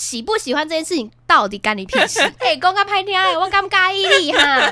喜不喜欢这件事情到底干你屁事？讲较歹听的，我敢介意你哈。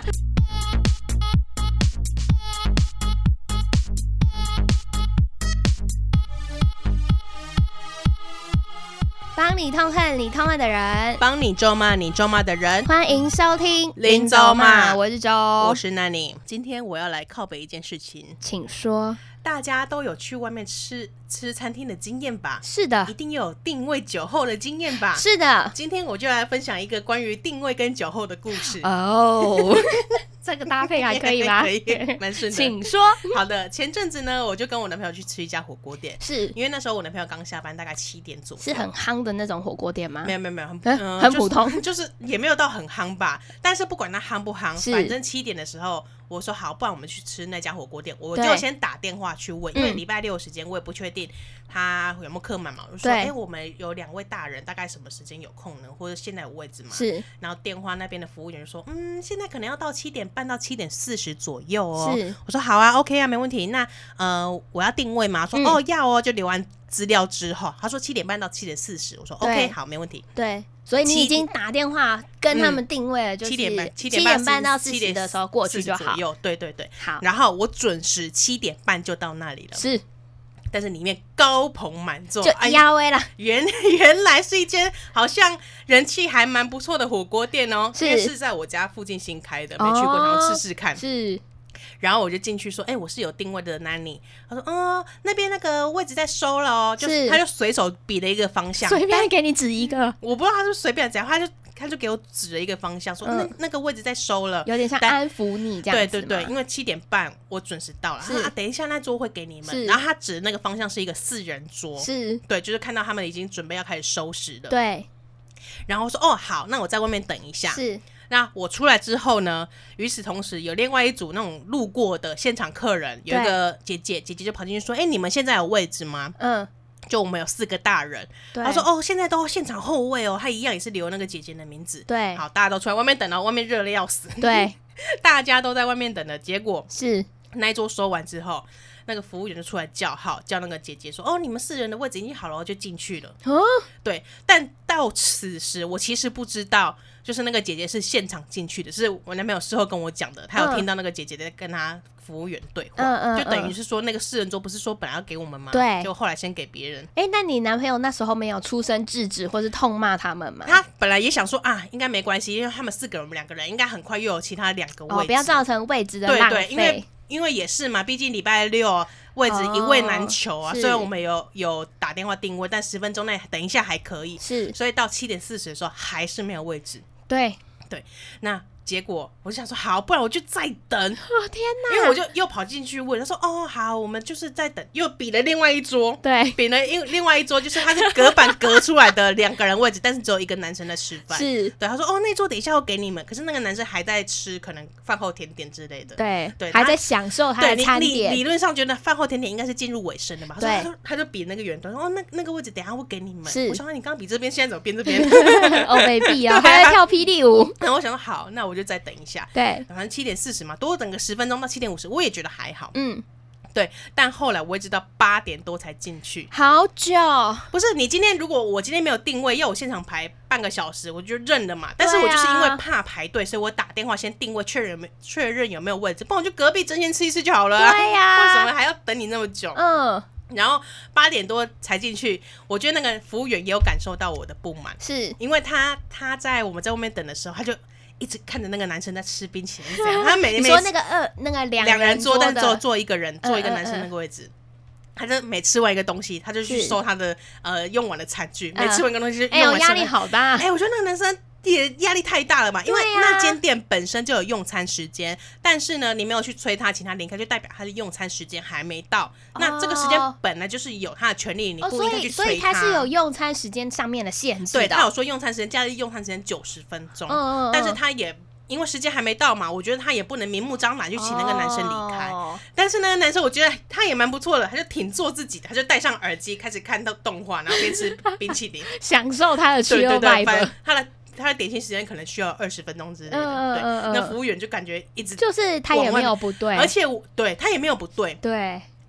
帮你痛恨你痛恨的人， 帮你咒骂你咒骂的人。 欢迎收听林咒骂， 我是周， 我是 Nanny。今天我要来靠北一件事情， 请说。 大家都有去外面吃餐厅的经验吧？ 是的， 一定有定位酒后的经验吧？ 是的。 今天我就来分享一个关于定位跟酒后的故事。 哦，这个搭配还可以吗？ 可以，蛮顺的。 请说。 好的，前阵子呢，我就跟我男朋友去吃一家火锅店， 是因为那时候我男朋友刚下班，大概7点左右。 是很夯的那种火锅店吗？ 没有， 很普通， 就是也没有到很夯吧。但是不管它夯不夯，反正7点的时候，我说好，不然我们去吃那家火锅店。我就先打电话去问，因为礼拜6的时间我也不确定他有没有客满嘛。我就说，我们有2位大人，大概什么时间有空呢？或者现在有位置吗？是。然后电话那边的服务员就说，现在可能要到7点半到7点40左右哦。是。我说好啊 ，OK 啊，没问题。那我要定位吗？说要哦，就留完资料之后，他说7点半到7点40，我说 OK 好，没问题。 对，所以你已经打电话跟他们定位了，就是7点半到40的时候过去就好。 对，好。然后我准时7点半就到那里了，是。但是里面高朋满座， 就压威了。 原来是一间好像人气还蛮不错的火锅店哦，是在我家附近新开的，没去过，然后试试看。是。然后我就进去说，我是有定位的 Nanny。他说，那边那个位置在收了哦，就是他就随手比了一个方向， 随便给你指一个， 我不知道他是随便怎样，他就给我指了一个方向，说那个位置在收了， 有点像安抚你这样子。 对，因为7点半我准时到了，等一下那桌会给你们。然后他指的那个方向是一个4人桌，是，对，就是看到他们已经准备要开始收拾了。对，然后我说好，那我在外面等一下。是。那我出来之后呢，与此同时有另外一组那种路过的现场客人，有一个姐姐就跑进去说，你们现在有位置吗？就我们有4个大人，他说现在都现场后位哦，他一样也是留那个姐姐的名字。对，好，大家都出来外面等了，外面热的要死。对，大家都在外面等了，结果是那一桌收完之后，那个服务员就出来叫号，叫那个姐姐说，你们4人的位置已经好了，就进去了。对，但到此时我其实不知道，就是那个姐姐是现场进去的，是我男朋友事后跟我讲的，他有听到那个姐姐在跟他服务员对话，就等于是说那个4人桌不是说本来要给我们吗？对，就后来先给别人。 那你男朋友那时候没有出声制止或是痛骂他们吗？ 他本来也想说应该没关系，因为他们4个人，我们2个人应该很快又有其他2个位置， 不要造成位置的浪费。 对，因为也是嘛，毕竟礼拜6位置一位难求啊。虽然我们有打电话定位，但10分钟内等一下还可以，是，所以到7点40的时候还是没有位置。对，那结果我就想说好，不然我就再等。天哪！因为我就又跑进去问，他说好，我们就是在等，又比了另外一桌，对，比了另外一桌，就是他是隔板隔出来的2个人位置，但是只有一个男生在吃饭。是，对，他说那桌等一下要给你们，可是那个男生还在吃可能饭后甜点之类的，对，还在享受他的餐点。 理论上觉得饭后甜点应该是进入尾声的嘛，对，他就比那个远端说那个位置等一下会给你们。是，我想说你刚刚比这边，现在怎么变这边？ 没必要，还在跳霹雳舞。 然后我想说好，那我就再等一下。对，反正7点40嘛，多等个10分钟到7点50，我也觉得还好。对，但后来我一直到8点多才进去，好久。不是你今天，如果我今天没有定位，要我现场排半个小时，我就认了嘛。但是我就是因为怕排队，所以我打电话先定位，确认有没有位置，不然我就隔壁争先吃一次就好了。对呀，为什么还要等你那么久？然后8点多才进去，我觉得那个服务员也有感受到我的不满，是因为他在我们在外面等的时候，他就一直看着那个男生在吃冰淇淋，这样。他你说那个两人桌， 但是坐一个人，坐一个男生那个位置。他就每吃完一个东西，他就去收他的用完的餐具。每吃完一个东西就用完。 压力好大。 我觉得那个男生也压力太大了嘛，因为那间店本身就有用餐时间，但是呢，你没有去催他，请他离开，就代表他的用餐时间还没到。那这个时间本来就是有他的权利，你不应该去催他。所以他是有用餐时间上面的限制的。 对，他有说用餐时间，假日用餐时间90分钟，但是他也因为时间还没到嘛，我觉得他也不能明目张胆去请那个男生离开。但是那个男生我觉得他也蛮不错的，他就挺做自己的，他就戴上耳机开始看到动画，然后边吃冰淇淋， 享受他的chill vibe。 他的点心时间可能需要20分钟之类的，对，那服务员就感觉一直就是他也没有不对， 而且对他也没有不对，对，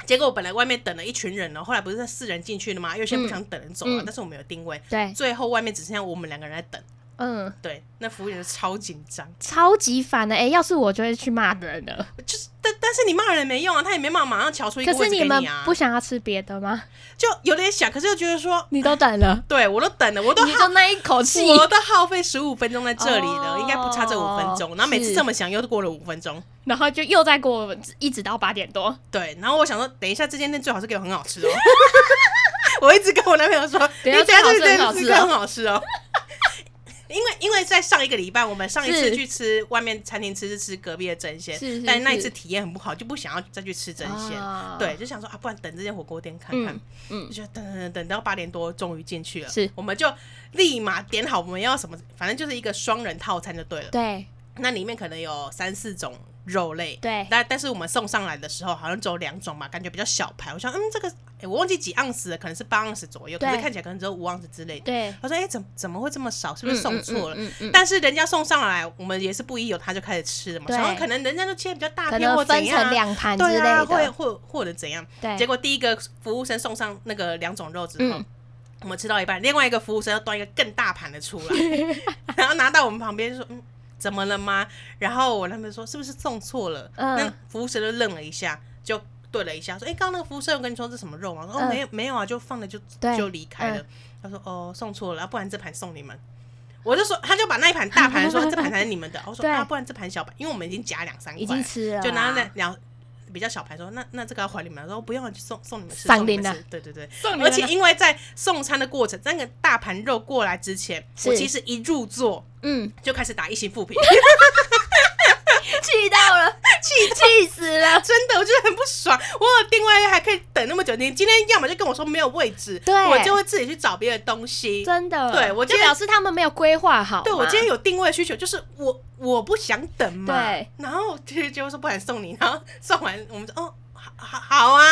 结果我本来外面等了一群人了，后来不是4人进去了吗？有些不想等人走了，但是我们有定位， 对， 最后外面只剩下我们2个人在等。对，那服务员超紧张， 超级烦的。要是我就会去骂人了。 就是但是你骂人没用啊，他也没办法马上瞧出一个位置给你啊。 可是你们不想要吃别的吗？ 就有点想，可是又觉得说你都等了， 对我都等了，你就那一口气， 我都耗费15分钟在这里了，应该不差这5分钟。然后每次这么想，又过了5分钟， 然后就又再过，一直到8点多。 对，然后我想说，等一下这间店最好是给我很好吃哦。我一直跟我男朋友说，等一下这间店是很好吃哦。因为在上一个礼拜，我们上一次去吃外面餐厅是吃隔壁的争鲜，但那一次体验很不好，就不想要再去吃争鲜。对，就想说不然等这间火锅店看看。就觉得等到8点多，终于进去了。我们就立马点好我们要什么，反正就是一个双人套餐就对了。 对， 那里面可能有3-4种肉类。 对， 但是我们送上来的时候好像只有2种吧，感觉比较小盘。我想这个我忘记几盎司了，可能是8盎司左右，可是看起来可能只有5盎司之类的。 对， 他说怎么会这么少？是不是送错了？但是人家送上来，我们也是不疑有他，就开始吃了嘛。然后可能人家就切比较大片或怎样， 分成2盘之类的， 对啊，或者怎样。结果第一个服务生送上那个2种肉之后，我们吃到一半，另外一个服务生要端一个更大盘的出来，然后拿到我们旁边就说怎么了吗？然后我男朋友说是不是送错了？那服务生就愣了一下，就对了一下，说刚刚那个服务生有跟你说这什么肉吗？没有啊，就放了就离开了。他说送错了，不然这盘送你们。我就说，他就把那一盘大盘说这盘才是你们的。我说不然这盘小盘，因为我们已经夹2-3块， 已经吃了， 就拿那比较小盘说那这个要还你们。我说不用，就送你们吃， 送你们吃。对，而且因为在送餐的过程，那个大盘肉过来之前，我其实一入座就开始打1星负评。 气到了，气死了！ 真的，我觉得很不爽。我有定位还可以等那么久，你今天要么就跟我说没有位置，我就会自己去找别的东西。 真的， 对我就表示他们没有规划好。 对，我今天有定位需求，就是我不想等嘛。对，然后就说不然送你，然后送完我们就好啊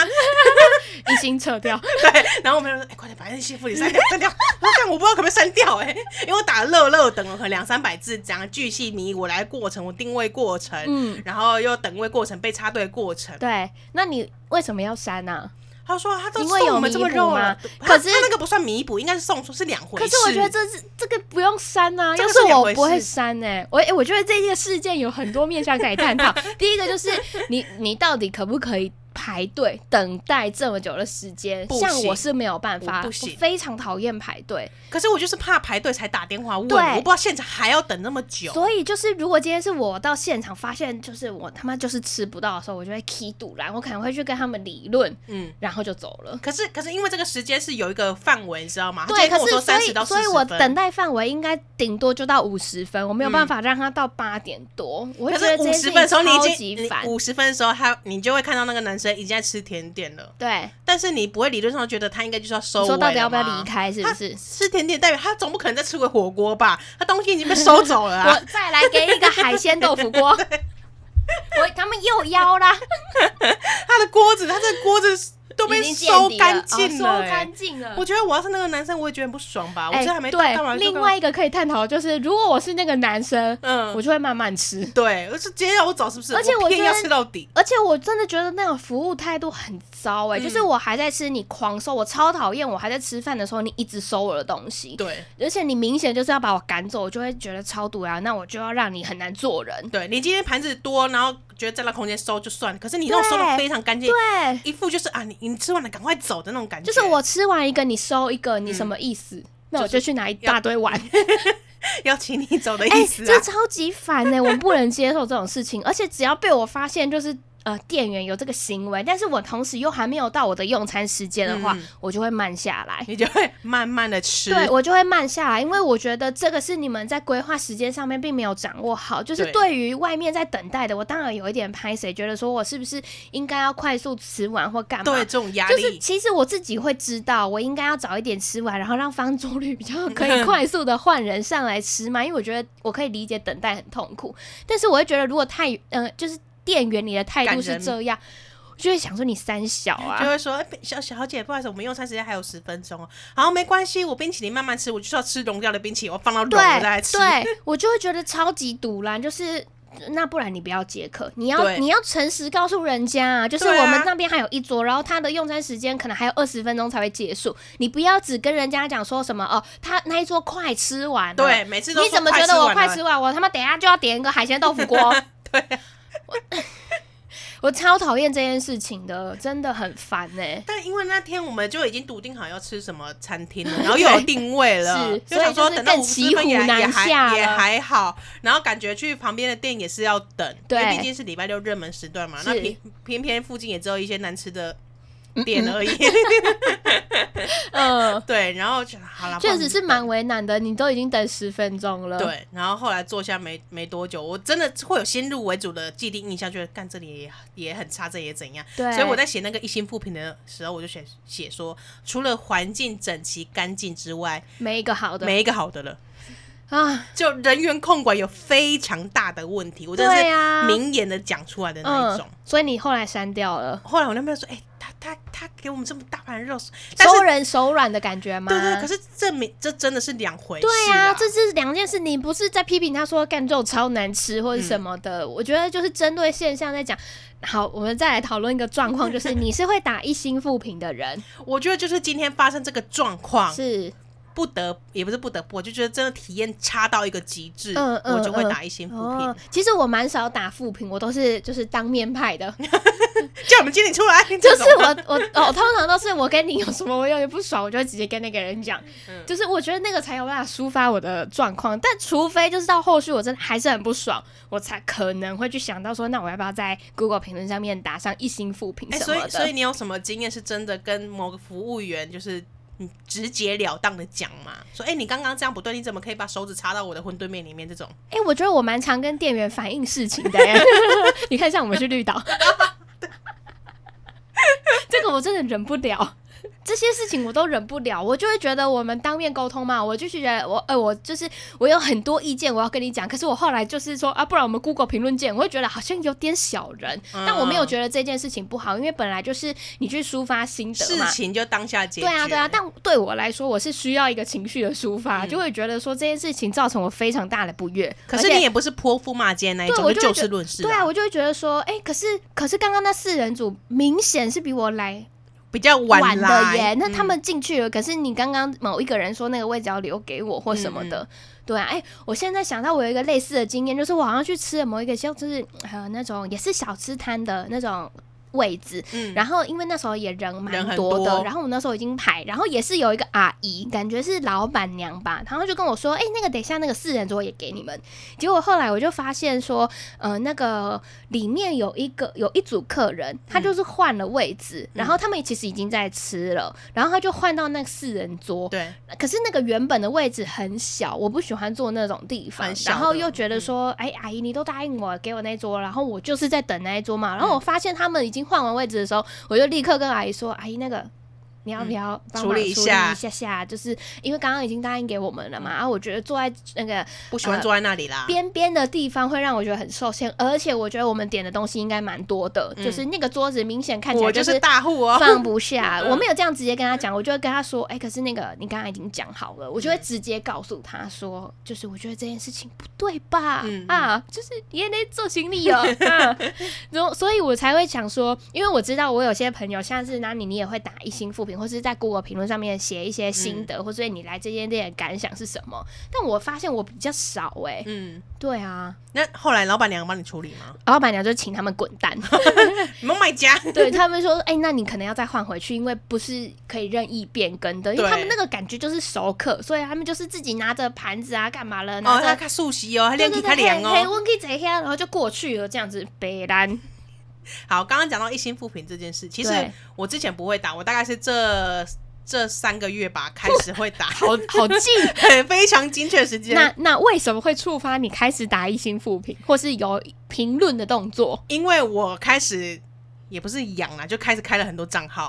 ，1星撤掉。 对，然后我们就说快点把那些副理删掉。但我不知道可不可以删掉因为我打了乐等了可能200-300字，讲巨细靡我来过程，我定位过程，然后又等位过程，被插队过程。 对，那你为什么要删呢？ 他说他都送我们这么肉了，可是他那个不算弥补，应该是送出是2回事。 可是我觉得这个不用删啊，要是我不会删我觉得这个事件有很多面向可以探讨。第一个就是你到底可不可以排队等待这么久的时间？像我是没有办法，我非常讨厌排队。 可是我就是怕排队才打电话问，我不知道现场还要等那么久。 所以就是如果今天是我到现场发现就是我他妈就是吃不到的时候，我就会起赌啦，我可能会去跟他们理论，然后就走了。 可是因为这个时间是有一个范围，你知道吗？ 对，可是所以我等待范围应该顶多就到50分，我没有办法让他到8点多。我会觉得这件事情超级烦。 50分的时候，你就会看到那个男生已经在吃甜点了。 对， 但是你不会理论上觉得他应该就是要收尾了吗？ 你说到底要不要离开？是不是吃甜点代表他总不可能再吃回火锅吧？他东西已经被收走了我再来给一个海鲜豆腐锅。他们又邀啦。 他这个锅子都被收干净了， 收干净了。 我觉得我要是那个男生，我也觉得很不爽吧。我这还没到干嘛？ 另外一个可以探讨的就是，如果我是那个男生，我就会慢慢吃。 对，我是直接让我走，是不是？ 而且我偏要吃到底。 而且我真的觉得那种服务态度很糟就是我还在吃，你狂收，我超讨厌。我还在吃饭的时候，你一直收我的东西。 对， 而且你明显就是要把我赶走，我就会觉得超毒啊！那我就要让你很难做人。 对，你今天盘子多，然后觉得占到空间收就算了，可是你那种收的非常干净， 对， 一副就是你吃完了赶快走的那种感觉。 就是我吃完一个你收一个，你什么意思？那我就去拿一大堆碗。 要请你走的意思这超级烦我不能接受这种事情。而且只要被我发现就是店员有这个行为，但是我同时又还没有到我的用餐时间的话，我就会慢下来。 你就会慢慢的吃。 对，我就会慢下来，因为我觉得这个是你们在规划时间上面并没有掌握好。就是对于外面在等待的，我当然有一点拍谁，觉得说我是不是应该要快速吃完或干嘛？ 对，这种压力。 就是其实我自己会知道，我应该要早一点吃完，然后让翻桌率比较可以快速的换人上来吃嘛。因为我觉得我可以理解等待很痛苦，但是我会觉得如果太就是店员你的态度是这样，我就会想说你三小啊， 就会说小姐不好意思，我们用餐时间还有10分钟好没关系，我冰淇淋慢慢吃，我就是要吃融掉的冰淇淋，我放到融我再来吃。 对，我就会觉得超级堵烂，就是那不然你不要接客，你要诚实告诉人家啊，就是我们那边还有一桌，然后他的用餐时间可能还有20分钟才会结束，你不要只跟人家讲说什么哦，他那一桌快吃完了， 对，每次都说你怎么觉得我快吃完？我他妈等一下就要点一个海鲜豆腐锅。 对啊， 我超讨厌这件事情的，真的很烦欸。 但因为那天我们就已经笃定好要吃什么餐厅了，然后又有定位了，就想说等到50分也还好，然后感觉去旁边的店也是要等，因为毕竟是礼拜六热门时段嘛，那偏偏附近也只有一些难吃的店而已。对，然后好啦， 确实是蛮为难的，你都已经等10分钟了。 对，然后后来坐下没多久，我真的会有先入为主的既定印象，觉得干这里也很差，这也怎样。对，所以我在写那个1星负评的时候，我就写说，除了环境整齐干净之外，没一个好的了。啊，就人员控管有非常大的问题，我真的是明言的讲出来的那一种。 所以你后来删掉了。 后来我那边说，他给我们这么大盘肉， 收人手软的感觉吗？ 对，可是这真的是两回事。 对啊，这是2件事，你不是在批评他说干肉超难吃或者什么的，我觉得就是针对现象在讲。好，我们再来讨论一个状况，就是你是会打1星负评的人。 我觉得就是今天发生这个状况是。 也不是不得不，我就觉得真的体验差到一个极致，我就会打1星负评。 其实我蛮少打负评，我都是就是当面派的， 叫我们经理出来。 就是我通常都是我跟你有什么我有点不爽，我就会直接跟那个人讲，就是我觉得那个才有办法抒发我的状况。但除非就是到后续我真的还是很不爽，我才可能会去想到说，那我要不要在 Google 评论上面打上1星负评什么的。 所以你有什么经验是真的跟某个服务员就是你直截了当的讲嘛，说你刚刚这样不对，你怎么可以把手指插到我的馄饨面里面这种？ 我觉得我蛮常跟店员反映事情的耶。你看像我们去绿岛。这个我真的忍不了，这些事情我都忍不了，我就会觉得我们当面沟通嘛，我就觉得我就是我有很多意见我要跟你讲，可是我后来就是说不然我们 Google 评论键，我会觉得好像有点小人，但我没有觉得这件事情不好，因为本来就是你去抒发心得嘛， 事情就当下解决。 对啊，但对我来说我是需要一个情绪的抒发，就会觉得说这件事情造成我非常大的不悦。 可是你也不是泼妇骂街那一种，就事论事。 对啊，我就会觉得说可是刚刚那4人组明显是比我来比较晚的耶，那他们进去了，可是你刚刚某一个人说那个位置要留给我或什么的，对啊，我现在想到我有一个类似的经验，就是我好像去吃了某一个就是那种也是小吃摊的那种位置，然后因为那时候也人蛮多的，然后我那时候已经排，然后也是有一个阿姨，感觉是老板娘吧，然后就跟我说那个等一下那个4人桌也给你们。结果后来我就发现说那个里面有一组客人，他就是换了位置，然后他们其实已经在吃了，然后他就换到那个4人桌， 对， 可是那个原本的位置很小，我不喜欢坐那种地方，然后又觉得说阿姨你都答应我给我那桌，然后我就是在等那一桌嘛，然后我发现他们已经换完位置的时候，我就立刻跟阿姨说：“阿姨，那个你要不要帮忙处理一下？就是因为刚刚已经答应给我们了嘛，然后我觉得坐在那个不喜欢坐在那里啦， 边边的地方会让我觉得很受限，而且我觉得我们点的东西应该蛮多的，就是那个桌子明显看起来就是大户哦， 放不下。我没有这样直接跟他讲，我就会跟他说：可是那个你刚刚已经讲好了，我就会直接告诉他说，就是我觉得这件事情不对吧？就是你也得做行李哦。所以我才会想说，因为我知道我有些朋友像是你也会打1星负评，或是在 Google 评论上面写一些心得，或者你来这间店的感想是什么？但我发现我比较少对啊。 那后来老板娘帮你处理吗？ 老板娘就请他们滚蛋， 你们卖家。 对他们说，那你可能要再换回去，因为不是可以任意变更的，因为他们那个感觉就是熟客，所以他们就是自己拿着盘子啊，干嘛了？ 他看熟悉还练起看凉哦， 我可以坐下，然后就过去了，这样子北兰。 好，刚刚讲到1星负评这件事，其实我之前不会打，我大概是这3个月吧开始会打， 好近， 非常精确的时间。 那为什么会触发你开始打1星负评，或是有评论的动作？ 因为我开始也不是养啦，就开始开了很多账号。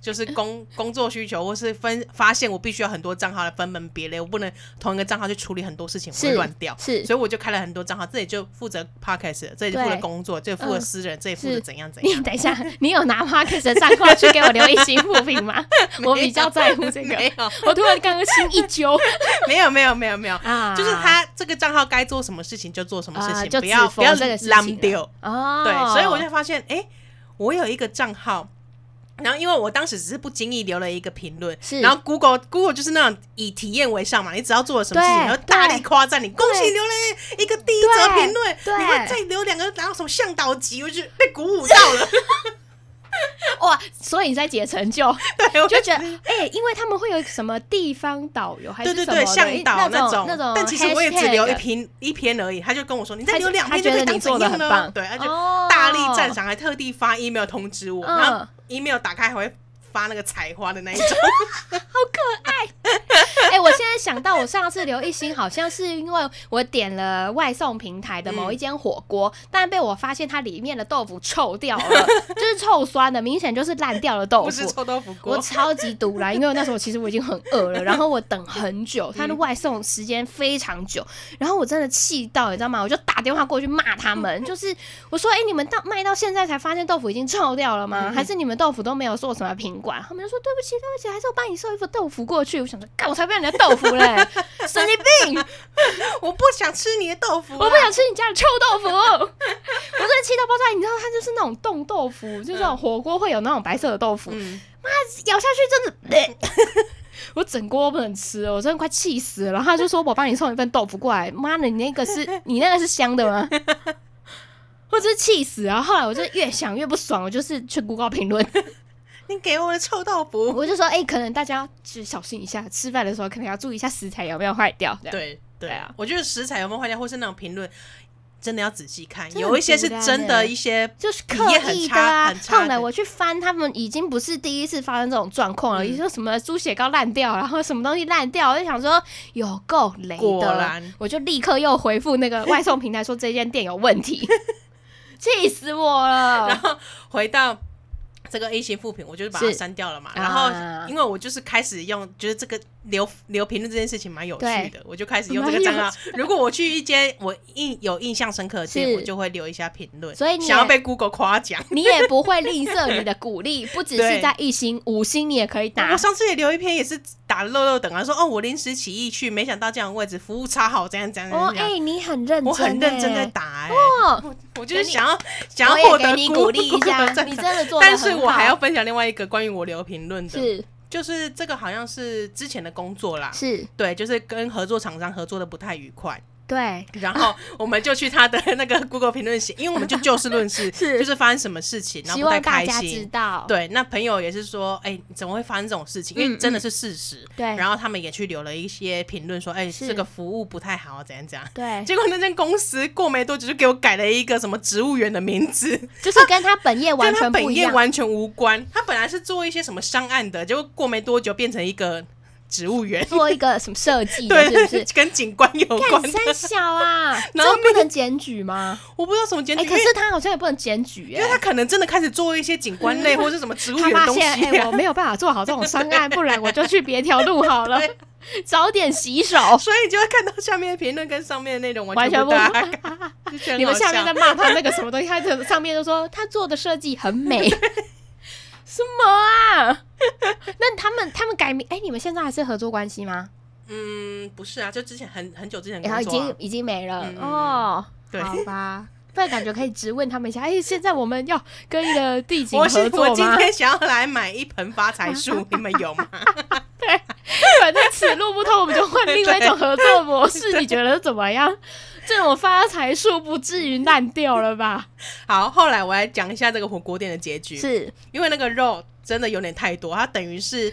就是工作需求，或是发现我必须要很多账号来分门别类，我不能同一个账号去处理很多事情，我会乱掉。所以我就开了很多账号，这里就负责 podcast， 这里负责工作，这里负责私人，这里负责怎样怎样。 你等一下，你有拿 podcast 的账号去给我留一星负评吗？我比较在乎这个。 没有， 我突然刚刚心一揪。 没有，就是他这个账号该做什么事情就做什么事情，不要烂掉。对，所以我就发现，我有一个账号。然后因为我当时只是不经意留了一个评论，然后 Google 就是那种以体验为上嘛，你只要做了什么事情，然后大力夸赞你，恭喜留了一个第一则评论，你会再留2个，然后什么向导级，我就被鼓舞到了。 哇！所以你在解成就， 对，我就觉得因为他们会有什么地方导游还是什么对向导那种，但其实我也只留一篇而已。他就跟我说，你再留2篇就可以当怎样呢？对，他就大力赞赏，还特地发 email 通知我，然后 email 打开还会发那个采花的那一种。 好可爱。我现在想到我上次留一星好像是因为我点了外送平台的某一间火锅，但被我发现它里面的豆腐臭掉了，就是臭酸的，明显就是烂掉的豆腐， 不是臭豆腐锅。 我超级毒啦，因为那时候其实我已经很饿了，然后我等很久，它的外送时间非常久，然后我真的气到你知道吗？我就打电话过去骂他们，就是我说你们卖到现在才发现豆腐已经臭掉了吗？还是你们豆腐都没有做什么品管？他们就说对不起，还是我帮你送一份豆腐过去。我想说，干，我才不要你的豆腐嘞，神经病！ 我不想吃你的豆腐， 我不想吃你家的臭豆腐。我真的气到爆炸，你知道，它就是那种冻豆腐，就是那种火锅会有那种白色的豆腐，妈咬下去真的，我整锅不能吃，我真的快气死了。然后他就说我帮你送一份豆腐过来，妈的，你那个是香的吗？我真是气死啊！后来我就越想越不爽，我就是去 Google 评论。 你给我的臭豆腐， 我就说可能大家就小心一下，吃饭的时候可能要注意一下食材有没有坏掉。 对啊，我觉得食材有没有坏掉，或是那种评论真的要仔细看，有一些是真的一些就是刻意的啊。后来我去翻，他们已经不是第一次发生这种状况了，也就什么猪血糕烂掉，然后什么东西烂掉，我就想说有够雷的，我就立刻又回复那个外送平台说这间店有问题，气死我了。 然后回到这个 A 型负评，我就是把它删掉了嘛。然后因为我就是开始用，觉得这个留评论这件事情蛮有趣的，我就开始用这个账号。如果我去一间我有印象深刻的店，我就会留一下评论，所以想要被 Google 夸奖， 你也不会吝啬你的鼓励，不只是在1星5星你也可以打。 我上次也留一篇，也是打漏等啊，说我临时起意去，没想到这样的位置服务超好，怎样。 你很认真， 我很认真在打我就是想要获得你鼓励一下，你真的做得很好。 但是我还要分享另外一个关于我留评论的，就是这个好像是之前的工作啦，对，就是跟合作厂商合作的不太愉快。 对， 然后我们就去他的那个 Google 评论写，因为我们就事论事，就是发生什么事情，然后不太开心，希望大家知道。对，那朋友也是说，怎么会发生这种事情？因为真的是事实。对，然后他们也去留了一些评论，说，这个服务不太好，怎样怎样。对，结果那间公司过没多久就给我改了一个什么植物园的名字， 就是跟他本业完全不一样，跟他本业完全无关。他本来是做一些什么商案的，结果过没多久变成一个植物园， 做一个什么设计的，是不是跟景观有关的？ 三小啊，然后不能检举吗？ 我不知道什么检举， 可是他好像也不能检举， 因为他可能真的开始做一些景观类或是什么植物园的东西。他发现我没有办法做好这种商案，不然我就去别条路好了，早点洗手。 所以你就会看到下面的评论跟上面的内容完全不搭。 你们下面在骂他那个什么东西，他上面就说他做的设计很美。什么啊？那他们改名，你们现在还是合作关系吗？ 不是啊，就之前很久之前工作已经没了。对，好吧。不然感觉可以质问他们一下，现在我们要跟一个地景合作吗？ 我今天想要来买一盆发财树，你们有吗？ 对，反正此路不通，我们就换另外一种合作模式。你觉得怎么样？这种发财树不至于烂掉了吧？ 好，后来我来讲一下这个火锅店的结局， 是因为那个肉真的有点太多，它等于是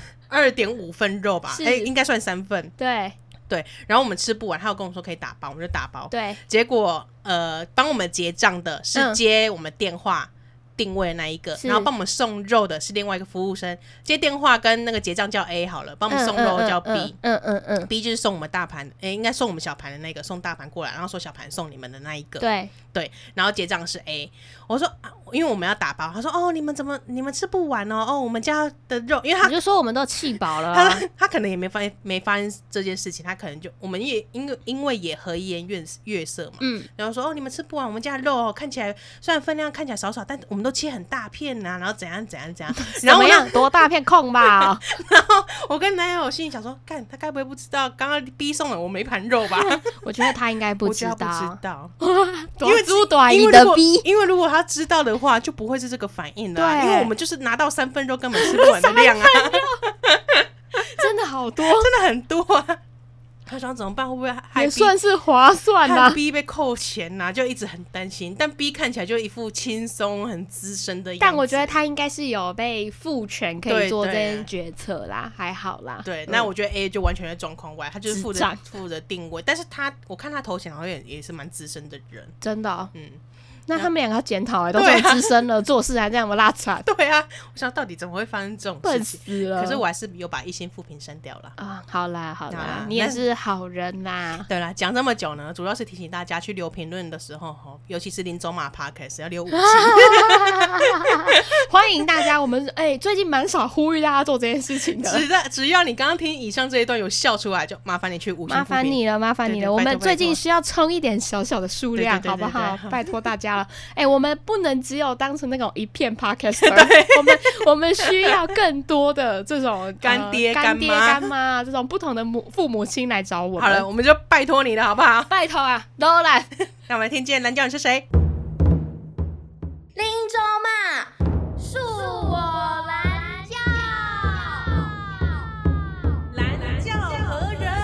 2.5份肉吧，应该算3份。对，然后我们吃不完，他有跟我说可以打包，我们就打包。对，结果帮我们结账的是接我们电话定位的那一个，然后帮我们送肉的是另外一个服务生，接电话跟那个结账叫 A 好了，帮我们送肉叫 B，B 就是送我们大盘，应该送我们小盘的那个，送大盘过来，然后说小盘送你们的那一个，对，然后结账是 A， 我说因为我们要打包，他说哦你们吃不完哦，我们家的肉，因为他就说我们都气饱了啊， 他可能也没发现这件事情，他可能就我们也因为也和颜悦色嘛，然后说哦你们吃不完我们家的肉看起来虽然分量看起来少少，但我们都切很大片啊，然后怎样，然后多大片控吧、哦、 然后我跟男友心里想说，干他该不会不知道刚刚 B 送了我们一盘肉吧？ 我觉得他应该不知道， 我觉得他不知道， 因为猪短一的 B， 因为如果他知道的话，就不会是这个反应了、啊，因为我们就是拿到3份肉根本吃不完的量啊， 真的好多， 真的很多啊。他想怎么办？会不会害 B, 也算是划算啦、 B 被扣钱啊，就一直很担心。但 B 看起来就一副轻松、很资深的样子。 但我觉得他应该是有被赋权可以做这件决策啦，还好啦。 对，那我觉得 A 就完全在状况外，他就是负责定位。但是我看他头衔好像也是蛮资深的人， 真的、哦。那他们两个要检讨都这么资深了，做事还这样拉惨。 对啊，我想到底怎么会发生这种事情？ 笨死了。 可是我还是有把一星负评删掉了啊。 好啦，你也是好人啦。 对啦，讲这么久呢，主要是提醒大家去留评论的时候，尤其是林走马 Podcast 要留5星。 欢迎大家，我们最近蛮少呼吁大家做这件事情的。 只要你刚刚听以上这一段有笑出来，就麻烦你去5星负评。 麻烦你了。对对，我们最近需要冲一点小小的数量，好不好？拜托大家。我们不能只有当成那种一片 podcaster， 我们需要更多的这种干爹干妈这种不同的父母亲来找我们。 好了，我们就拜托你了，好不好？ 拜托啊，都来。 让我们听见蓝教人是谁？ 林州嘛，恕我蓝教， 蓝教何人？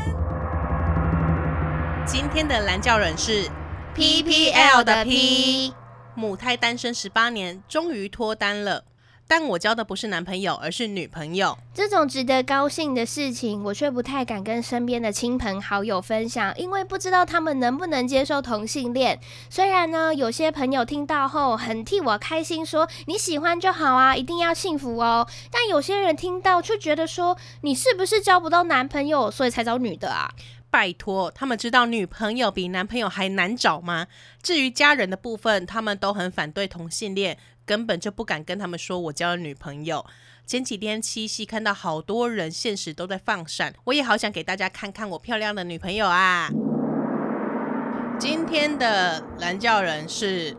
今天的蓝教人是PPL 的 P， 母胎单身18年，终于脱单了。但我交的不是男朋友，而是女朋友。 这种值得高兴的事情，我却不太敢跟身边的亲朋好友分享，因为不知道他们能不能接受同性恋。虽然呢，有些朋友听到后很替我开心，说你喜欢就好啊，一定要幸福哦。但有些人听到却觉得说，你是不是交不到男朋友，所以才找女的啊？ 拜托，他们知道女朋友比男朋友还难找吗？至于家人的部分，他们都很反对同性恋，根本就不敢跟他们说我交了女朋友。前几天七夕看到好多人现实都在放闪，我也好想给大家看看我漂亮的女朋友啊。今天的蓝教人是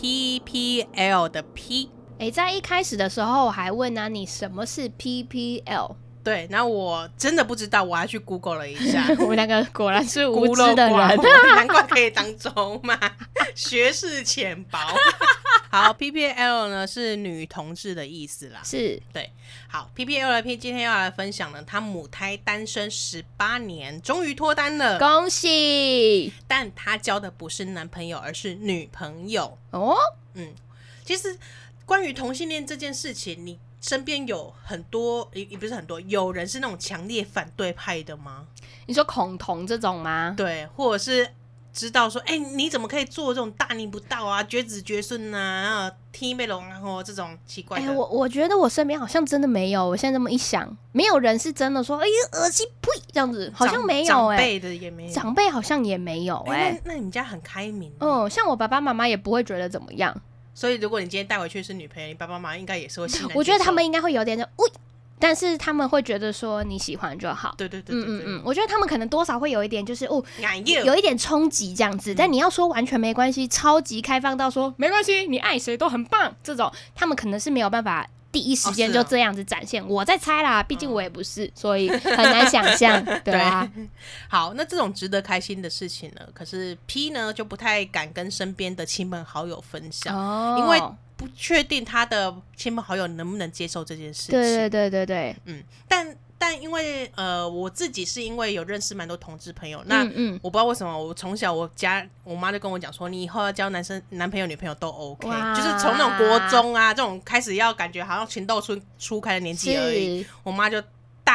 PPL 的 P。 在一开始的时候我还问啊，你什么是 PPL？ 对，然后我真的不知道，我还去 Google 了一下。 我们两个果然是无知的人， 难怪可以当中嘛，学识浅薄。好 ，PPL 呢是女同志的意思啦， 是对。好 ，PPL 的 P 今天要来分享呢，她母胎单身18年，终于脱单了， 恭喜！但她交的不是男朋友，而是女朋友哦。 其实关于同性恋这件事情，你身边有很多，也不是很多，有人是那种强烈反对派的吗？ 你说恐同这种吗？ 对，或者是知道说，你怎么可以做这种大逆不道啊、绝子绝孙啊、天被龙啊，这种奇怪的。 我觉得我身边好像真的没有。我现在这么一想，没有人是真的说，恶心呸这样子，好像没有。 长辈的也没有， 长辈好像也没有。 那你们家很开明。 像我爸爸妈妈也不会觉得怎么样。 所以如果你今天带回去是女朋友，你爸爸妈妈应该也是会欣然接受。 我觉得他们应该会有点但是他们会觉得说你喜欢就好。 对， 我觉得他们可能多少会有一点就是有一点冲击这样子。但你要说完全没关系，超级开放到说没关系，你爱谁都很棒，这种他们可能是没有办法第一时间就这样子展现。我在猜啦，毕竟我也不是，所以很难想象。对啊。 好，那这种值得开心的事情呢，可是 P 呢就不太敢跟身边的亲朋好友分享，因为不确定他的亲朋好友能不能接受这件事情。 对， 但因为我自己是因为有认识蛮多同志朋友，那我不知道为什么我从小我妈就跟我讲说，你以后要交男朋友女朋友都 OK， 就是从那种国中啊这种开始要感觉好像情窦初开的年纪而已，我妈就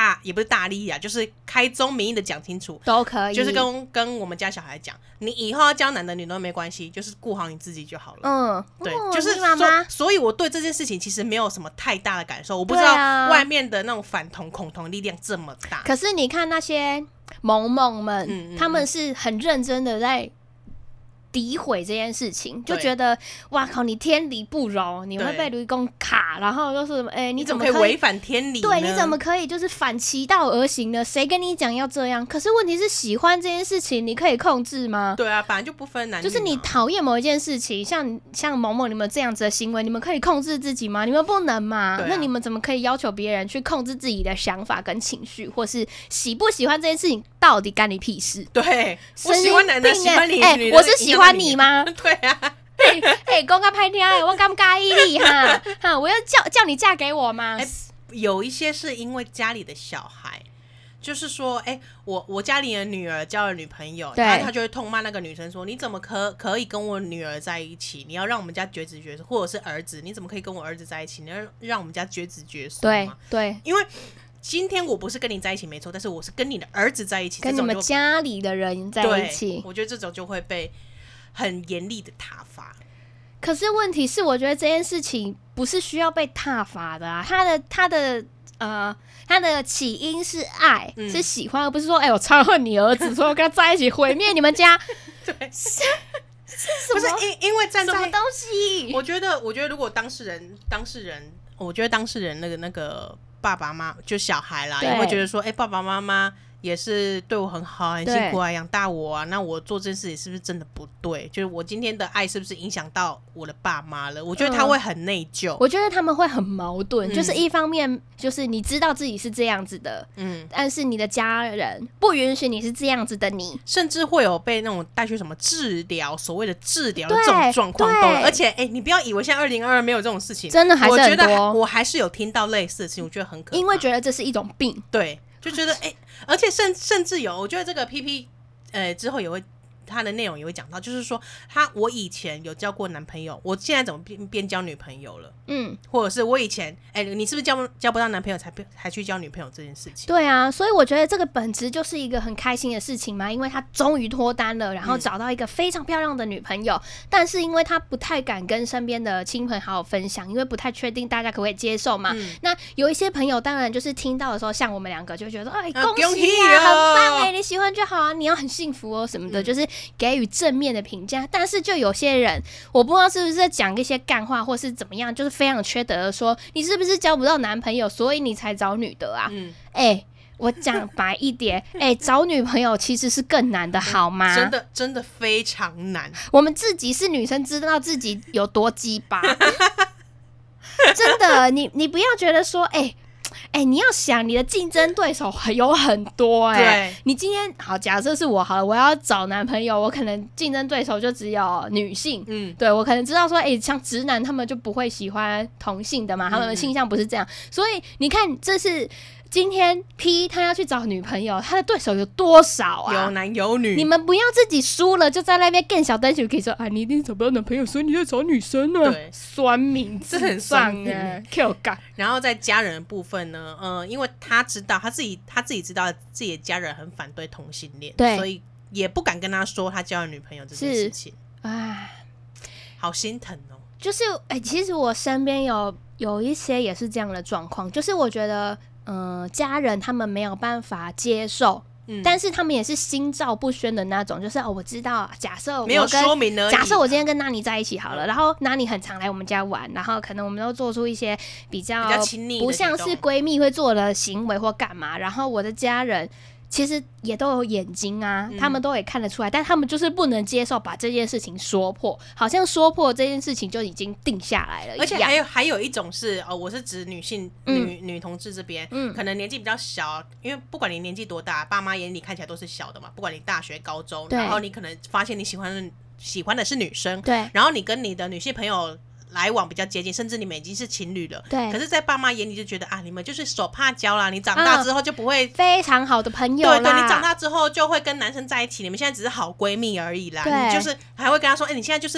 也不是大力啊，就是开宗明义的讲清楚都可以， 就是跟我们家小孩讲，你以后要交男的女的都没关系，就是顾好你自己就好了。对，就是所以我对这件事情其实没有什么太大的感受，我不知道外面的那种反同恐同力量这么大。 可是你看那些萌萌们，他们是很认真的在诋毁这件事情，就觉得哇靠，你天理不容，你会被卢公卡，然后就是你怎么可以违反天理呢？ 对，你怎么可以就是反其道而行呢？谁跟你讲要这样？可是问题是，喜欢这件事情你可以控制吗？ 对啊，本来就不分男女， 就是你讨厌某一件事情，像萌萌你们这样子的行为，你们可以控制自己吗？你们不能嘛？那你们怎么可以要求别人去控制自己的想法跟情绪，或是喜不喜欢这件事情到底干你屁事？ 对，我喜欢男的，喜欢你， 我是喜欢你吗？ 对啊， 讲到歹听的，我敢不介意你哈？我要叫你嫁给我吗？ 有一些是因为家里的小孩，就是说，我家里的女儿交了女朋友，然后他就会痛骂那个女生说：“你怎么可以跟我女儿在一起？你要让我们家绝子绝孙，或者是儿子，你怎么可以跟我儿子在一起？你要让我们家绝子绝孙吗？”对，因为今天我不是跟你在一起没错，但是我是跟你的儿子在一起， 跟你们家里的人在一起， 我觉得这种就会被很严厉的挞伐。 可是问题是，我觉得这件事情不是需要被挞伐的啊，他的起因是爱，是喜欢，而不是说我超恨你儿子，说我跟他在一起毁灭你们家。对，是什么？ 不是因为站在什么东西？ 我觉得如果当事人，我觉得当事人那个爸爸妈妈就小孩啦，也会觉得说，爸爸妈妈也是对我很好，很辛苦啊，养大我啊，那我做这件事情是不是真的不对？就是我今天的爱是不是影响到我的爸妈了？我觉得他会很内疚， 我觉得他们会很矛盾，就是一方面就是你知道自己是这样子的，但是你的家人不允许你是这样子的你， 甚至会有被那种带去什么治疗，所谓的治疗的这种状况都有。而且你不要以为现在2022没有这种事情， 真的还是很多。 我觉得我还是有听到类似的事情，我觉得很可怕， 因为觉得这是一种病， 对。就觉得而且甚至有，我觉得这个 PP 之后也会，他的内容也会讲到，就是说我以前有交过男朋友，我现在怎么变交女朋友了？或者是我以前你是不是交不到男朋友才去交女朋友这件事情？ 对啊，所以我觉得这个本质就是一个很开心的事情嘛，因为他终于脱单了，然后找到一个非常漂亮的女朋友，但是因为他不太敢跟身边的亲朋好友分享，因为不太确定大家可不可以接受嘛。那有一些朋友当然就是听到的时候，像我们两个就会觉得恭喜啊，很棒你喜欢就好啊，你要很幸福哦什么的，就是给予正面的评价。但是就有些人，我不知道是不是在讲一些干话或是怎么样，就是非常缺德的说，你是不是交不到男朋友，所以你才找女的啊？我讲白一点，找女朋友其实是更难的，好吗？ 真的非常难。 我们自己是女生，知道自己有多鸡巴。真的，你不要觉得说，你要想你的竞争对手有很多对， 你今天好，假设是我好了，我要找男朋友，我可能竞争对手就只有女性，对，我可能知道说，像直男他们就不会喜欢同性的嘛，他们的倾向不是这样，所以你看，这是今天 P 他要去找女朋友，他的对手有多少啊？ 有男有女。 你们不要自己输了就在那边更小灯球，可以说你一定找不到男朋友，所以你要找女生啊。对，酸民智障Q 感。 然后在家人的部分呢，因为他知道他自己知道自己的家人很反对同性恋，对，所以也不敢跟他说他交了女朋友这件事情。好心疼哦。 就是其实我身边有一些也是这样的状况，就是我觉得家人他们没有办法接受，但是他们也是心照不宣的那种，就是我知道，假设我没有说明而已， 假设我今天跟娜妮在一起好了，然后娜妮很常来我们家玩，然后可能我们都做出一些比较亲密的不像是闺蜜会做的行为或干嘛，然后我的家人其实也都有眼睛啊，他们都也看得出来，但他们就是不能接受把这件事情说破，好像说破这件事情就已经定下来了一样。 而且还有一种是我是指女性女同志这边，可能年纪比较小，因为不管你年纪多大，爸妈眼里看起来都是小的嘛，不管你大学高中，然后你可能发现你喜欢的是女生，对，然后你跟你的女性朋友来往比较接近，甚至你们已经是情侣了，对。可是，在爸妈眼里就觉得你们就是手帕交啦，你长大之后就不会非常好的朋友啦， 对，你长大之后就会跟男生在一起，你们现在只是好闺蜜而已啦，你就是还会跟他说，你现在就是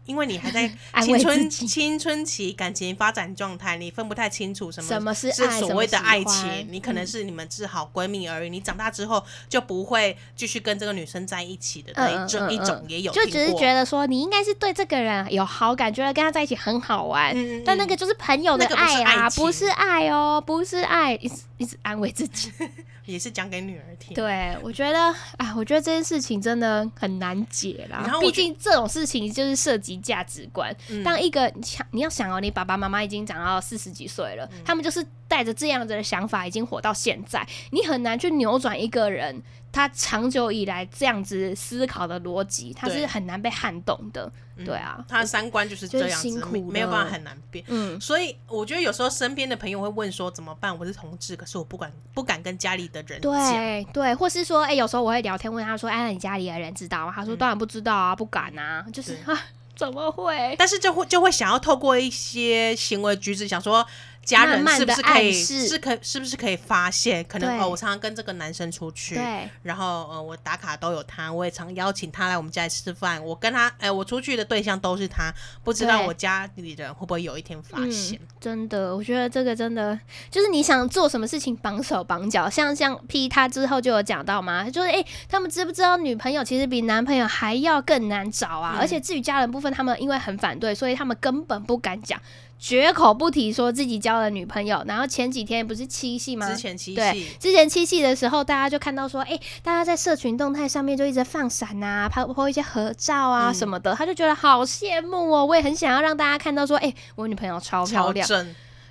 因为你还在青春期感情发展状态，你分不太清楚什么是所谓的爱情，你可能是你们是好闺蜜而已，你长大之后就不会继续跟这个女生在一起的这一种也有听过， 就只是觉得说你应该是对这个人有好感，觉得跟他在一起很好玩，但那个就是朋友的爱啊，不是爱哦，不是爱，一直安慰自己。 也是讲给女儿听。 对，我觉得这件事情真的很难解啦。毕竟这种事情就是涉及价值观。当一个你要想你爸爸妈妈已经长到40几岁了，他们就是带着这样子的想法已经活到现在，你很难去扭转一个人他长久以来这样子思考的逻辑，他是很难被撼动的。对啊， 他的三观就是这样子，没有办法很难变。所以我觉得有时候身边的朋友会问说怎么办？我是同志，可是我不敢跟家里的人讲。 对，或是说，有时候我会聊天问他说，那你家里的人知道吗？他说当然不知道啊，不敢啊，就是怎么会？ 但是就会想要透过一些行为举止，想说家人是不是可以是不是可以发现？可能我常常跟这个男生出去，然后我打卡都有他，我也常邀请他来我们家里吃饭。我跟他我出去的对象都是他，不知道我家里人会不会有一天发现？ 真的，我觉得这个真的就是你想做什么事情绑手绑脚，像 P 他之后就有讲到嘛，就是他们知不知道女朋友其实比男朋友还要更难找啊？而且至于家人部分，他们因为很反对，所以他们根本不敢讲。绝口不提说自己交了女朋友，然后前几天不是七夕吗？之前七夕的时候，大家就看到说，大家在社群动态上面就一直放闪啊，拍一些合照啊什么的，他就觉得好羡慕哦，我也很想要让大家看到说，我女朋友超漂亮， 超正，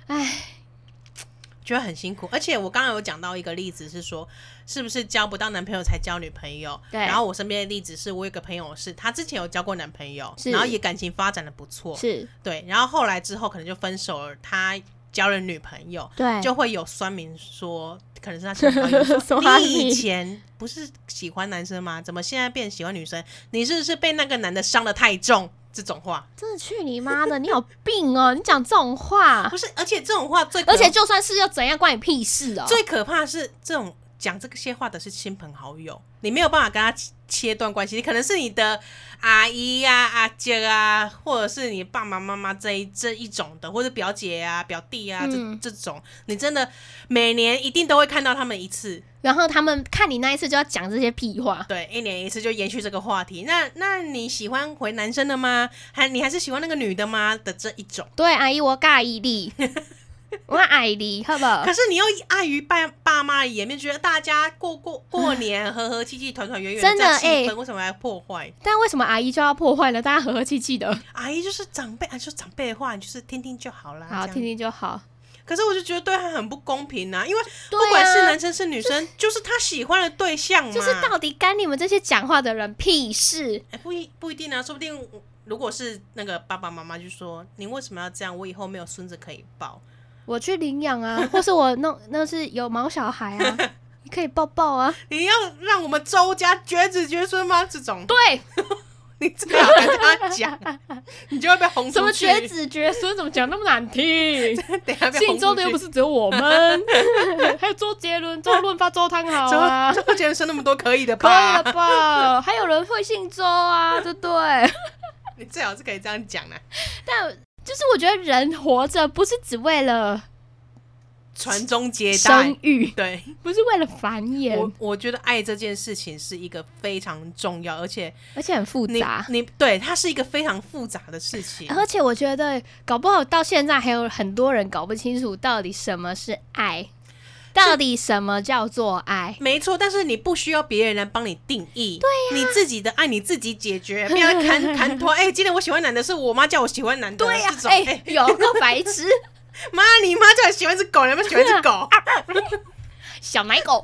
觉得很辛苦。而且我刚刚有讲到一个例子是说，是不是交不到男朋友才交女朋友？对。然后我身边的例子是我有个朋友是他之前有交过男朋友，然后也感情发展的不错，是对。然后后来之后可能就分手了，他交了女朋友，对，就会有酸民说，可能是他前朋友说你以前不是喜欢男生吗？怎么现在变喜欢女生？你是不是被那个男的伤得太重？这种话真的去你妈的！你有病哦！你讲这种话不是，而且这种话而且就算是要怎样，关你屁事哦！ 最可怕是这种讲这些话的是亲朋好友，你没有办法跟他切断关系，可能是你的阿姨啊、阿姐啊，或者是你爸爸妈妈这一种的，或者表姐啊、表弟啊、这种，你真的每年一定都会看到他们一次， 然后他们看你那一次就要讲这些屁话， 对，一年一次就延续这个话题。那你喜欢回男生的吗？你还是喜欢那个女的吗？的这一种。 对，阿姨我介意你。我爱你，好不好？ 可是你又碍于爸妈的颜面，觉得大家过年和和气气、团团圆圆的在气氛，为什么要破坏？ 但为什么阿姨就要破坏呢？大家和和气气的。 阿姨就是长辈，就是长辈的话，你就是听听就好啦。 好，听听就好。 可是我就觉得对他很不公平啊，因为不管是男生是女生，就是他喜欢的对象嘛。 就是到底干你们这些讲话的人屁事？ 不一定啊，说不定如果是那个爸爸妈妈就说你为什么要这样？我以后没有孙子可以抱。 我去领养啊，或是我那是有毛小孩啊，你可以抱抱啊。 你要让我们周家绝子绝孙吗？这种对， 你这样跟他讲，你就会被轰出去。 什么绝子绝孙？怎么讲那么难听？姓周的又不是只有我们，还有周杰伦、周润发、周汤豪啊。 周杰伦生那么多，可以的吧？ 可以了吧？还有人会姓周啊，对不对？ 你最好是可以这样讲啊， 但。就是我觉得人活着不是只为了传宗接代、 生育， 对， 不是为了繁衍。 我觉得爱这件事情是一个非常重要，而且很复杂。 对，它是一个非常复杂的事情。 而且我觉得搞不好到现在还有很多人搞不清楚到底什么是爱。到底什么叫做爱？ 没错，但是你不需要别人来帮你定义，对呀，你自己的爱你自己解决，不要砍拖。今天我喜欢男的，是我妈叫我喜欢男的， 对呀，有个白痴， 妈，你妈叫我喜欢只狗，你有没有喜欢只狗？ 小奶狗。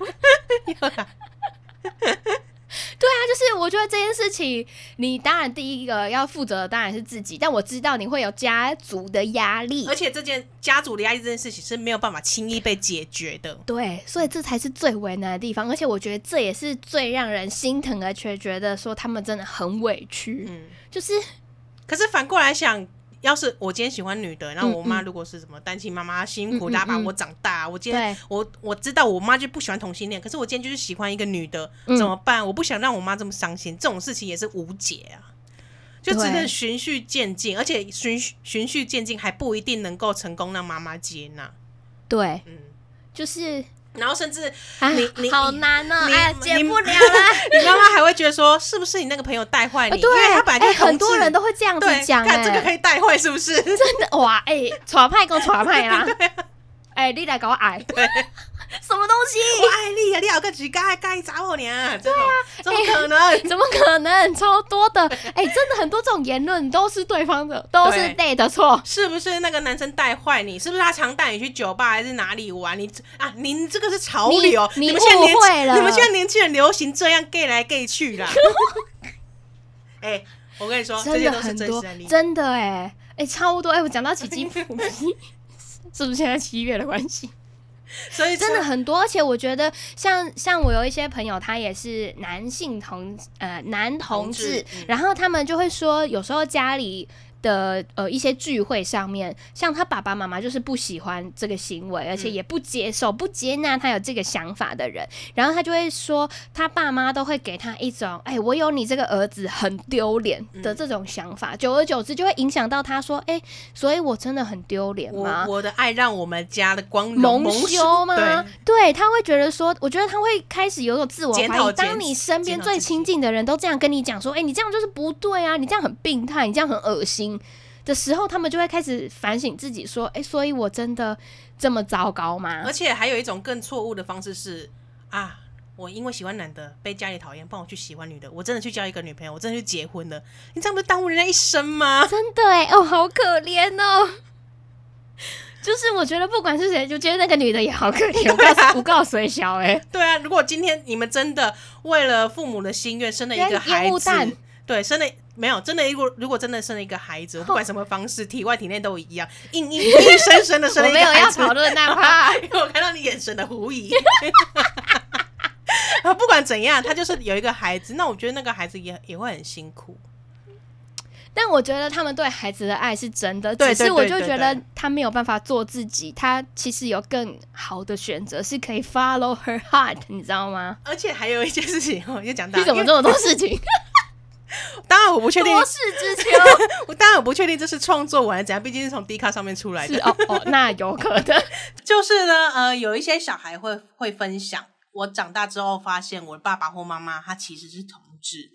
对啊，就是我觉得这件事情，你当然第一个要负责的当然是自己，但我知道你会有家族的压力， 而且这件家族的压力这件事情是没有办法轻易被解决的。 对，所以这才是最为难的地方，而且我觉得这也是最让人心疼，而且觉得说他们真的很委屈。就是， 可是反过来想。要是我今天喜欢女的，然后我妈如果是什么单亲妈妈辛苦大把我长大，我今天我知道我妈就不喜欢同性恋，可是我今天就是喜欢一个女的，怎么办？我不想让我妈这么伤心，这种事情也是无解啊。 就真的循序渐进，而且循序渐进还不一定能够成功让妈妈接纳。 对，就是然后甚至你好难哦，接不了啦。 你妈妈还会觉得说，是不是你那个朋友带坏你？因为他本来就很多人都会这样子讲， 看这个可以带坏，是不是？ 真的哇，耍派跟耍派啦，你来给我爱， 对， 什么东西？ 我爱你啊！你好个几该找我呢？ 对啊， 怎么可能？ 怎么可能？超多的，真的很多这种言论都是对方的，都是 they 的错。 是不是那个男生带坏你？是不是他常带你去酒吧还是哪里玩？你这个是潮流， 你误会了。 你们现在年轻人流行这样 gay 来 gay 去啦。我跟你说，这些都是真实案例， 真的超多。我讲到起鸡皮，是不是现在7月的关系？ 所以真的很多，而且我觉得像我有一些朋友，他也是男同志，然后他们就会说，有时候家里的一些聚会上面，像他爸爸妈妈就是不喜欢这个行为，而且也不接受、不接纳他有这个想法的人，然后他就会说，他爸妈都会给他一种我有你这个儿子很丢脸的这种想法，久而久之就会影响到他说，所以我真的很丢脸吗？ 我的爱让我们家的光荣蒙羞吗？对，他会觉得说，我觉得他会开始有种自我怀疑。当你身边最亲近的人都这样跟你讲说，你这样就是不对啊，你这样很病态，你这样很恶心的时候，他们就会开始反省自己说，所以我真的这么糟糕吗？ 而且还有一种更错误的方式是我因为喜欢男的被家里讨厌，帮我去喜欢女的，我真的去交一个女朋友，我真的去结婚了，你这样不是耽误人家一生吗？ 真的好可怜哦。就是我觉得不管是谁，就觉得那个女的也好可怜，我告水小对啊，如果今天你们真的为了父母的心愿生了一个孩子，对，生了没有真的，如果真的生了一个孩子，不管什么方式，体外体内都一样，硬生生的生了一个孩子。 我没有要讨论那话， 因为我看到你眼神的狐疑。不管怎样，他就是有一个孩子，那我觉得那个孩子也会很辛苦。 但我觉得他们对孩子的爱是真的，只是我就觉得他没有办法做自己，他其实有更好的选择，是可以 follow her heart， 你知道吗？ 而且还有一件事情，我就讲到， 你怎么这么多事情？ 当然我不确定， 多事之秋。 我当然我不确定这是创作完怎样，毕竟是从 Dcard 上面出来的。 是那有可能。 就是呢，有一些小孩会分享，我长大之后发现我的爸爸或妈妈他其实是同志。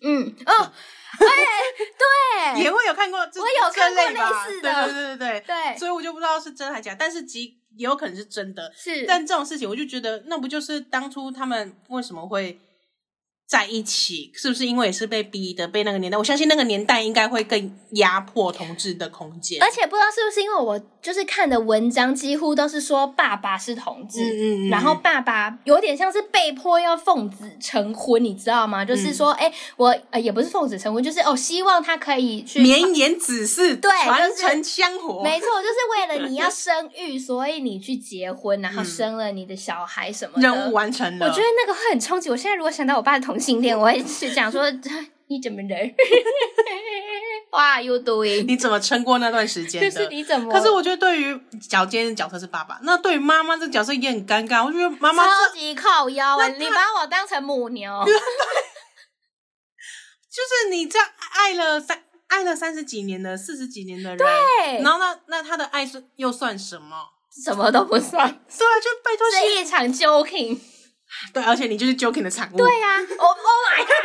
对， 也会有看过，我有看过类似的， 对，所以我就不知道是真还假，但是也有可能是真的。 是， 但这种事情我就觉得，那不就是当初他们为什么会在一起？是不是因为也是被逼的？被那个年代，我相信那个年代应该会更压迫同志的空间。 而且不知道是不是因为我就是看的文章几乎都是说爸爸是同志，然后爸爸有点像是被迫要奉子成婚，你知道吗？就是说，我也不是奉子成婚，就是希望他可以去绵延子嗣， 对， 传承香火。 没错，就是为了你要生育，所以你去结婚，然后生了你的小孩什么的， 任务完成了。 我觉得那个会很冲击。我现在如果想到我爸的同性恋，我会是讲说你怎么人？What are you doing？ 你怎么撑过那段时间的？ 就是你怎么？ 可是我觉得对于今天的角色是爸爸，那对于妈妈这个角色也很尴尬。我觉得妈妈超级靠腰你把我当成母牛。 就是你这样爱了30几年的40几年的人， 对， 然后那他的爱是又算什么？ 什么都不算。 对啊，就拜托是一场 joking。 对，而且你就是 joking 的产物。 对啊，Oh my god！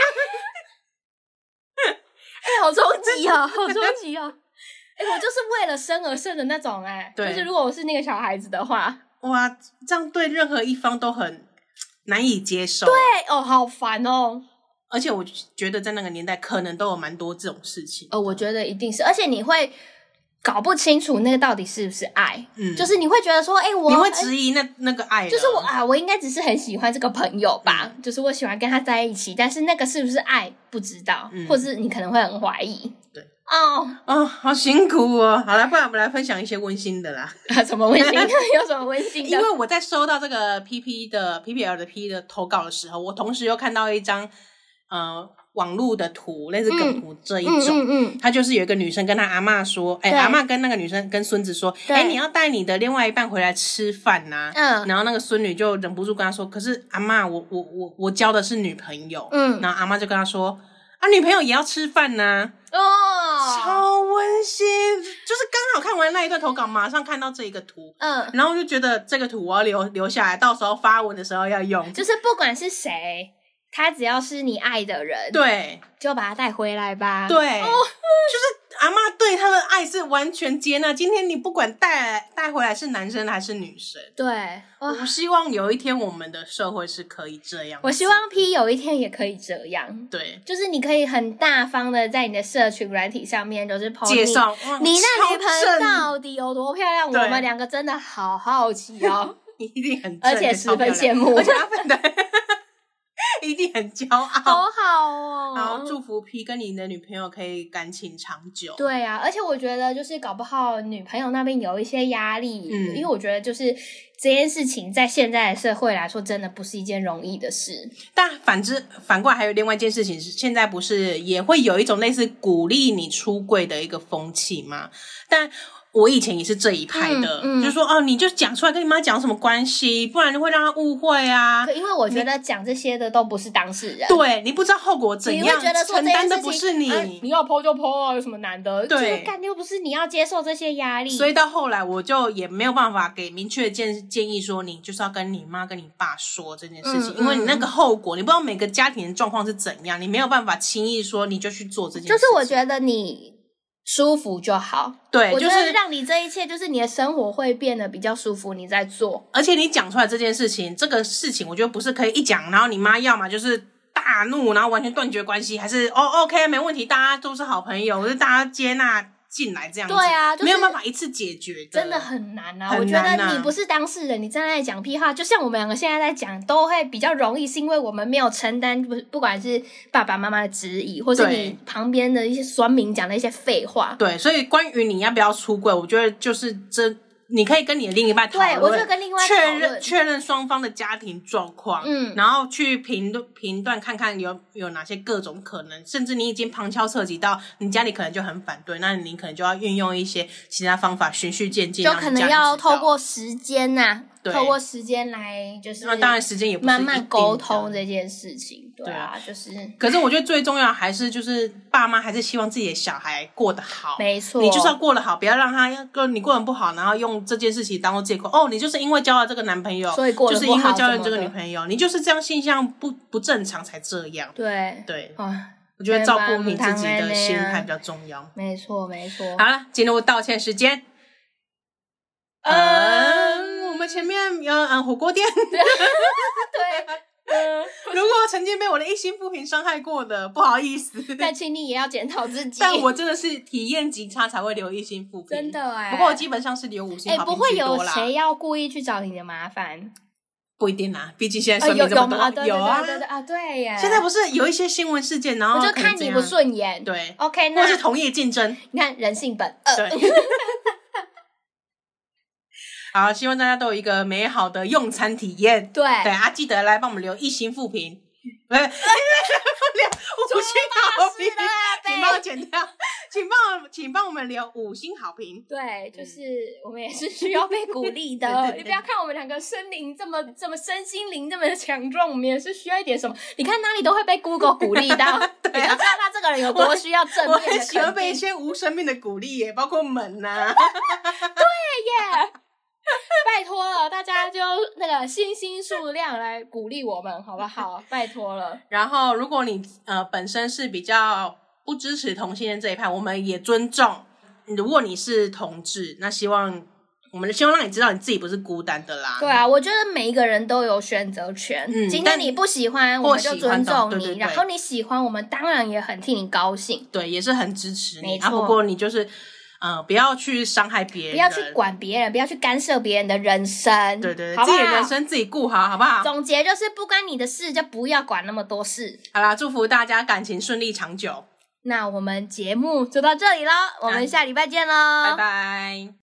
好冲击哦，好冲击哦！我就是为了生而生的那种就是如果我是那个小孩子的话， 哇，这样对任何一方都很难以接受。 对好烦哦。 而且我觉得在那个年代可能都有蛮多这种事情。 我觉得一定是，而且你会搞不清楚那个到底是不是爱，就是你会觉得说，你会质疑那个爱了， 就是我应该只是很喜欢这个朋友吧，就是我喜欢跟他在一起，但是那个是不是爱不知道，或是你可能会很怀疑。 对，好辛苦哦。好了，不然我们来分享一些温馨的啦。 什么温馨的？有什么温馨的？ 因为我在收到这个 PPL 的 P 的投稿的时候，我同时又看到一张网络的图，类似梗图这一种，他就是有一个女生跟她阿嬷说，阿嬷跟那个女生跟孙子说，你要带你的另外一半回来吃饭呐。然后那个孙女就忍不住跟她说，可是阿嬷，我交的是女朋友。然后阿嬷就跟她说，女朋友也要吃饭呐。 真心就是刚好看完那一段投稿，马上看到这一个图，然后就觉得这个图我要留下来，到时候发文的时候要用。 就是不管是谁，他只要是你爱的人， 对， 就把他带回来吧。 对，就是阿嬷对他的爱是完全接纳。今天你不管带回来是男生还是女生， 对， 我希望有一天我们的社会是可以这样。 我希望 P 有一天也可以这样。 对， 就是你可以很大方的在你的社群软体上面，就是介绍你那女朋友到底有多漂亮，我们两个真的好好奇哦。 你一定很而且十分羡慕， 而且一定很骄傲， 好好哦。 然后祝福 P 跟你的女朋友可以感情长久。 对啊，而且我觉得就是搞不好女朋友那边有一些压力，因为我觉得就是这件事情在现在的社会来说真的不是一件容易的事。 但反过来还有另外一件事情是，现在不是也会有一种类似鼓励你出柜的一个风气吗？但我以前也是这一派的，就说你就讲出来跟你妈讲什么关系，不然会让她误会啊。 因为我觉得讲这些的都不是当事人， 对，你不知道后果怎样， 你会觉得说承担的不是你， 你要po就po啊，有什么难的？ 对， 干又不是你要接受这些压力。 所以到后来我就也没有办法给明确的建议说，你就是要跟你妈跟你爸说这件事情，因为你那个后果你不知道每个家庭的状况是怎样，你没有办法轻易说你就去做这件事情。 就是我觉得你舒服就好， 对， 我觉得让你这一切就是你的生活会变得比较舒服，你在做。 而且你讲出来这件事情，这个事情我觉得不是可以一讲，然后你妈要嘛就是大怒，然后完全断绝关系，还是OK 没问题，大家都是好朋友，就是大家接纳进来这样子。 对啊，就是没有办法一次解决的， 真的很难啊。我觉得你不是当事人，你站在那讲屁话，就像我们两个现在在讲，都会比较容易，是因为我们没有承担不管是爸爸妈妈的质疑，或是你旁边的一些酸民讲的一些废话。 对，所以关于你要不要出柜，我觉得就是你可以跟你的另一半讨论， 对，我就跟另外确认双方的家庭状况，然后去评断看看有哪些各种可能，甚至你已经旁敲侧击到你家里可能就很反对，那你可能就要运用一些其他方法，循序渐进， 就可能要透过时间透过时间来就是那当然时间也不是慢慢沟通这件事情。对啊，就是可是我觉得最重要的还是就是爸妈还是希望自己的小孩过得好， 没错， 你就是要过得好，不要让他你过得不好，然后用这件事情当做借口。你就是因为交了这个男朋友， 所以过得不好， 就是因为交了这个女朋友，你就是这样现象不正常才这样。 对我觉得照顾你自己的心态比较重要。 没错没错。 好了，进入道歉时间。我们前面有火锅店对如果曾经被我的一星负评伤害过的，不好意思， 但请你也要检讨自己。 但我真的是体验极差才会留一星负评， 真的不过我基本上是留5星好评居多啦。 不会有谁要故意去找你的麻烦， 不一定啦，毕竟现在酸民这么多，有啊， 对耶。 现在不是有一些新闻事件，然后我就看你不顺眼， 对 ，OK， 那或是同业竞争， 你看人性本对。好，希望大家都有一个美好的用餐体验。对记得来帮我们留1星负评，不是5星好评，请帮我剪掉，请帮我们留5星好评。 对，就是我们也是需要被鼓励的。你不要看我们两个身灵这么身心灵这么强壮，我们也是需要一点什么。你看哪里都会被 Google 鼓励到，你要知道他这个人有多需要正面的肯定。 我很喜欢被一些无生命的鼓励耶，包括门啊。 对耶。拜托了，大家就那个星星数量来鼓励我们好不好？拜托了。 然后如果你本身是比较不支持同性恋这一派，我们也尊重。如果你是同志，那我们希望让你知道你自己不是孤单的啦。 对啊，我觉得每一个人都有选择权。今天你不喜欢，我们就尊重你；然后你喜欢，我们当然也很替你高兴。 对，也是很支持你。 没错。 不过你就是不要去伤害别人， 不要去管别人，不要去干涉别人的人生。 对对对， 好不好？ 自己的人生自己顾好，好不好？ 总结就是不关你的事，就不要管那么多事。 好啦，祝福大家感情顺利长久。 那我们节目就到这里咯，我们下礼拜见咯， 拜拜。